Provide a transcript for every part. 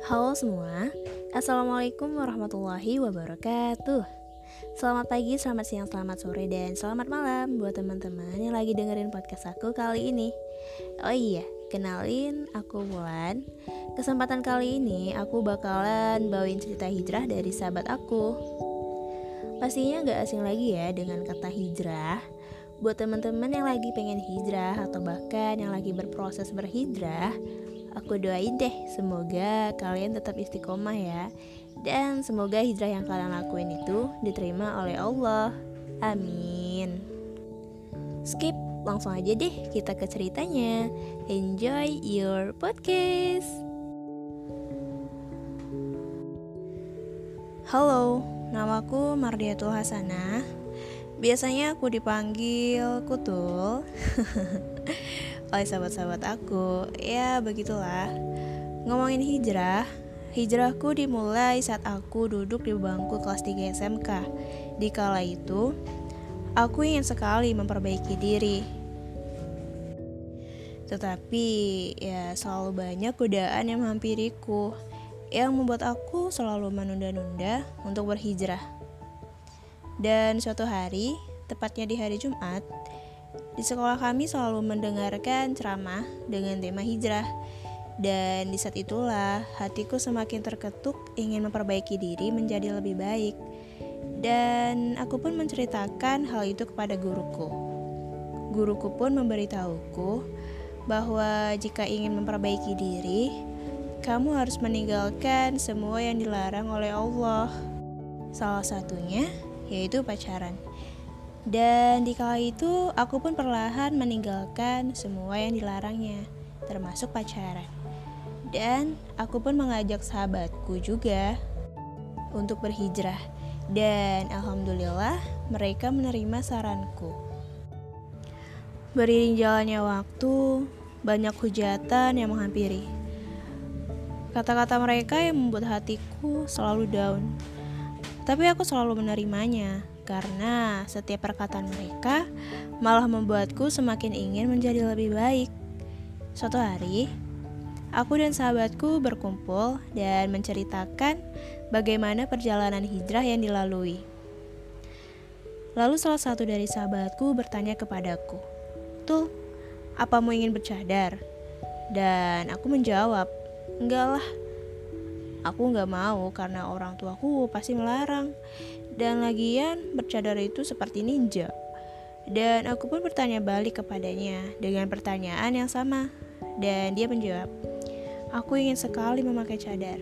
Halo semua, Assalamualaikum warahmatullahi wabarakatuh. Selamat pagi, selamat siang, selamat sore, dan selamat malam buat teman-teman yang lagi dengerin podcast aku kali ini. Oh iya, kenalin aku Wulan. Kesempatan kali ini aku bakalan bawain cerita hijrah dari sahabat aku. Pastinya gak asing lagi ya dengan kata hijrah. Buat teman-teman yang lagi pengen hijrah atau bahkan yang lagi berproses berhijrah, aku doain deh semoga kalian tetap istiqomah ya. Dan semoga hijrah yang kalian lakuin itu diterima oleh Allah. Amin. Skip, langsung aja deh kita ke ceritanya. Enjoy your podcast. Halo, namaku Mardiatul Hasanah. Biasanya aku dipanggil Kutul oleh sahabat-sahabat aku. Ya begitulah. Ngomongin hijrahku dimulai saat aku duduk di bangku kelas 3 SMK. Di kala itu, aku ingin sekali memperbaiki diri. Tetapi ya selalu banyak godaan yang menghampiriku, yang membuat aku selalu menunda-nunda untuk berhijrah. Dan suatu hari, tepatnya di hari Jumat, di sekolah kami selalu mendengarkan ceramah dengan tema hijrah. Dan di saat itulah hatiku semakin terketuk ingin memperbaiki diri menjadi lebih baik. Dan aku pun menceritakan hal itu kepada guruku. Guruku pun memberitahuku bahwa jika ingin memperbaiki diri, kamu harus meninggalkan semua yang dilarang oleh Allah. Salah satunya yaitu pacaran. Dan di kala itu aku pun perlahan meninggalkan semua yang dilarangnya, termasuk pacaran. Dan aku pun mengajak sahabatku juga untuk berhijrah. Dan alhamdulillah mereka menerima saranku. Beriring jalannya waktu, banyak hujatan yang menghampiri. Kata-kata mereka yang membuat hatiku selalu down. Tapi aku selalu menerimanya, karena setiap perkataan mereka malah membuatku semakin ingin menjadi lebih baik. Suatu hari, aku dan sahabatku berkumpul dan menceritakan bagaimana perjalanan hijrah yang dilalui. Lalu salah satu dari sahabatku bertanya kepadaku, "Tul, apamu ingin bercadar?" Dan aku menjawab, "Enggak lah. Aku gak mau karena orang tuaku pasti melarang. Dan lagian bercadar itu seperti ninja." Dan aku pun bertanya balik kepadanya dengan pertanyaan yang sama. Dan dia menjawab, "Aku ingin sekali memakai cadar."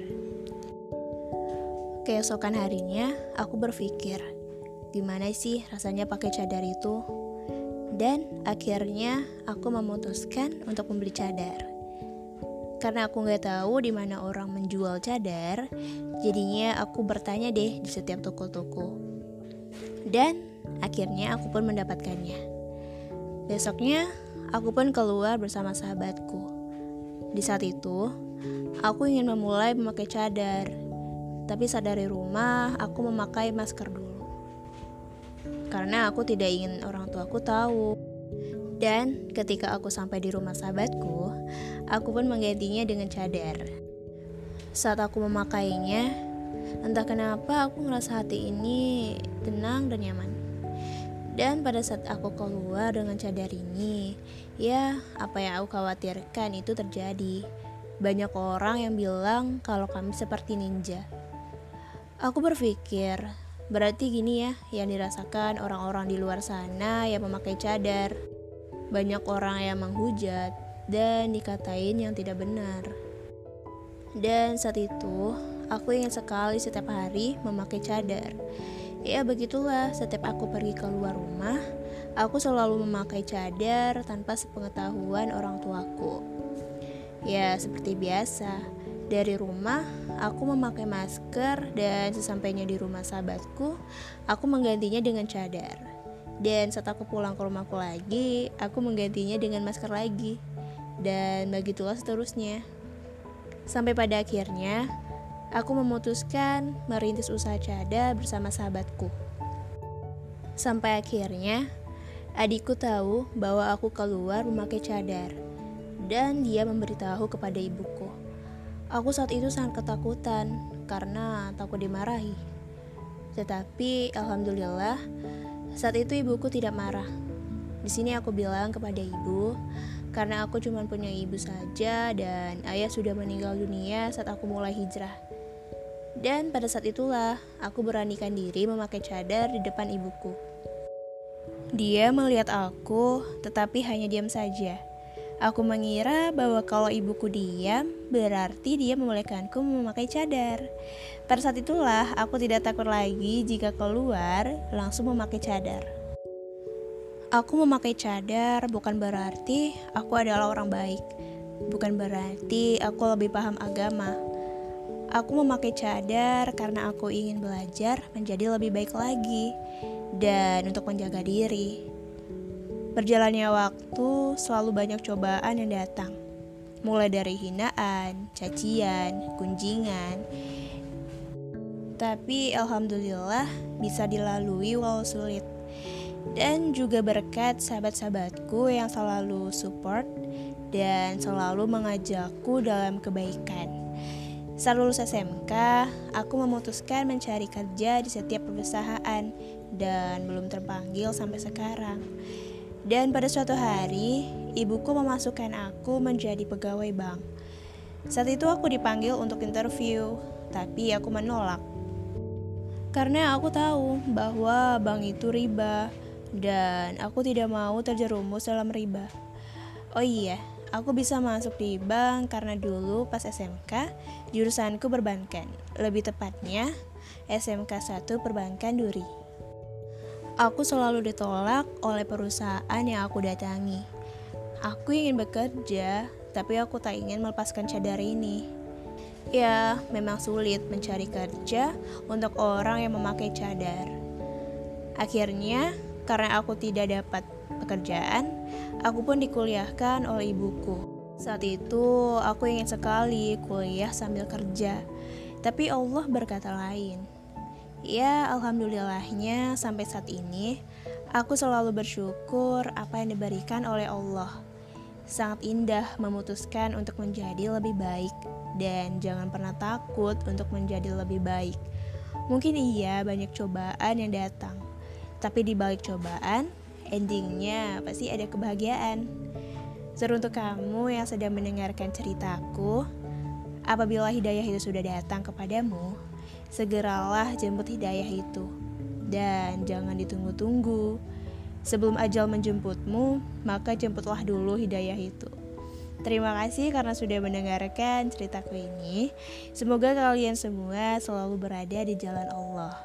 Keesokan harinya aku berpikir, gimana sih rasanya pakai cadar itu? Dan akhirnya aku memutuskan untuk membeli cadar. Karena aku gak tahu di mana orang menjual cadar, jadinya aku bertanya deh di setiap toko-toko. Dan akhirnya aku pun mendapatkannya. Besoknya, aku pun keluar bersama sahabatku. Di saat itu, aku ingin memulai memakai cadar. Tapi saat dari rumah, aku memakai masker dulu. Karena aku tidak ingin orang tuaku tahu. Dan ketika aku sampai di rumah sahabatku, aku pun menggantinya dengan cadar. Saat aku memakainya, entah kenapa aku ngerasa hati ini tenang dan nyaman. Dan pada saat aku keluar dengan cadar ini, ya apa yang aku khawatirkan itu terjadi. Banyak orang yang bilang kalau kami seperti ninja. Aku berpikir, berarti gini ya yang dirasakan orang-orang di luar sana yang memakai cadar. Banyak orang yang menghujat dan dikatain yang tidak benar. Dan saat itu, aku ingin sekali setiap hari memakai cadar. Ya begitulah, setiap aku pergi keluar rumah, aku selalu memakai cadar tanpa sepengetahuan orang tuaku. Ya seperti biasa, dari rumah aku memakai masker dan sesampainya di rumah sahabatku, aku menggantinya dengan cadar. Dan saat aku pulang ke rumahku lagi, aku menggantinya dengan masker lagi. Dan begitulah seterusnya. Sampai pada akhirnya, aku memutuskan merintis usaha cadar bersama sahabatku. Sampai akhirnya, adikku tahu bahwa aku keluar memakai cadar. Dan dia memberitahu kepada ibuku. Aku saat itu sangat ketakutan karena takut dimarahi. Tetapi alhamdulillah saat itu ibuku tidak marah. Di sini aku bilang kepada ibu, karena aku cuma punya ibu saja dan ayah sudah meninggal dunia saat aku mulai hijrah. Dan pada saat itulah aku beranikan diri memakai cadar di depan ibuku. Dia melihat aku, tetapi hanya diam saja. Aku mengira bahwa kalau ibuku diam, berarti dia membolehkanku memakai cadar. Pada saat itulah aku tidak takut lagi jika keluar langsung memakai cadar. Aku memakai cadar bukan berarti aku adalah orang baik. Bukan berarti aku lebih paham agama. Aku memakai cadar karena aku ingin belajar menjadi lebih baik lagi dan untuk menjaga diri. Berjalannya waktu, selalu banyak cobaan yang datang. Mulai dari hinaan, cacian, gunjingan. Tapi alhamdulillah bisa dilalui walau sulit. Dan juga berkat sahabat-sahabatku yang selalu support dan selalu mengajakku dalam kebaikan. Saat lulus SMK, aku memutuskan mencari kerja di setiap perusahaan dan belum terpanggil sampai sekarang. Dan pada suatu hari, ibuku memasukkan aku menjadi pegawai bank. Saat itu aku dipanggil untuk interview, tapi aku menolak. Karena aku tahu bahwa bank itu riba, dan aku tidak mau terjerumus dalam riba. Oh iya, aku bisa masuk di bank karena dulu pas SMK, jurusanku perbankan. Lebih tepatnya, SMK 1 Perbankan Duri. Aku selalu ditolak oleh perusahaan yang aku datangi. Aku ingin bekerja, tapi aku tak ingin melepaskan cadar ini. Ya, memang sulit mencari kerja untuk orang yang memakai cadar. Akhirnya, karena aku tidak dapat pekerjaan, aku pun dikuliahkan oleh ibuku. Saat itu, aku ingin sekali kuliah sambil kerja. Tapi Allah berkata lain. Ya, alhamdulillahnya sampai saat ini, aku selalu bersyukur apa yang diberikan oleh Allah. Sangat indah memutuskan untuk menjadi lebih baik. Dan jangan pernah takut untuk menjadi lebih baik. Mungkin iya banyak cobaan yang datang. Tapi di balik cobaan, endingnya pasti ada kebahagiaan. Teruntuk kamu yang sedang mendengarkan ceritaku, apabila hidayah itu sudah datang kepadamu, segeralah jemput hidayah itu. Dan jangan ditunggu-tunggu. Sebelum ajal menjemputmu, maka jemputlah dulu hidayah itu. Terima kasih karena sudah mendengarkan ceritaku ini. Semoga kalian semua selalu berada di jalan Allah.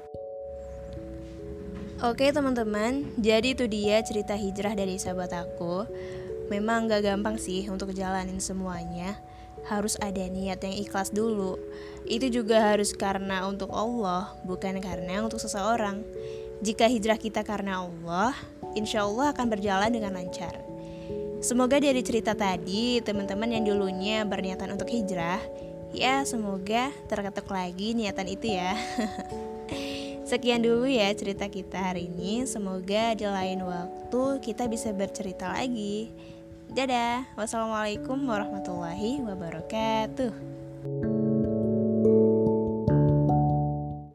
Oke teman-teman, jadi itu dia cerita hijrah dari sahabat aku. Memang gak gampang sih untuk jalanin semuanya. Harus ada niat yang ikhlas dulu. Itu juga harus karena untuk Allah, bukan karena untuk seseorang. Jika hijrah kita karena Allah, insya Allah akan berjalan dengan lancar. Semoga dari cerita tadi, teman-teman yang dulunya berniatan untuk hijrah, ya semoga terketuk lagi niatan itu ya. Sekian dulu ya cerita kita hari ini. Semoga di lain waktu kita bisa bercerita lagi. Dadah. Wassalamualaikum warahmatullahi wabarakatuh.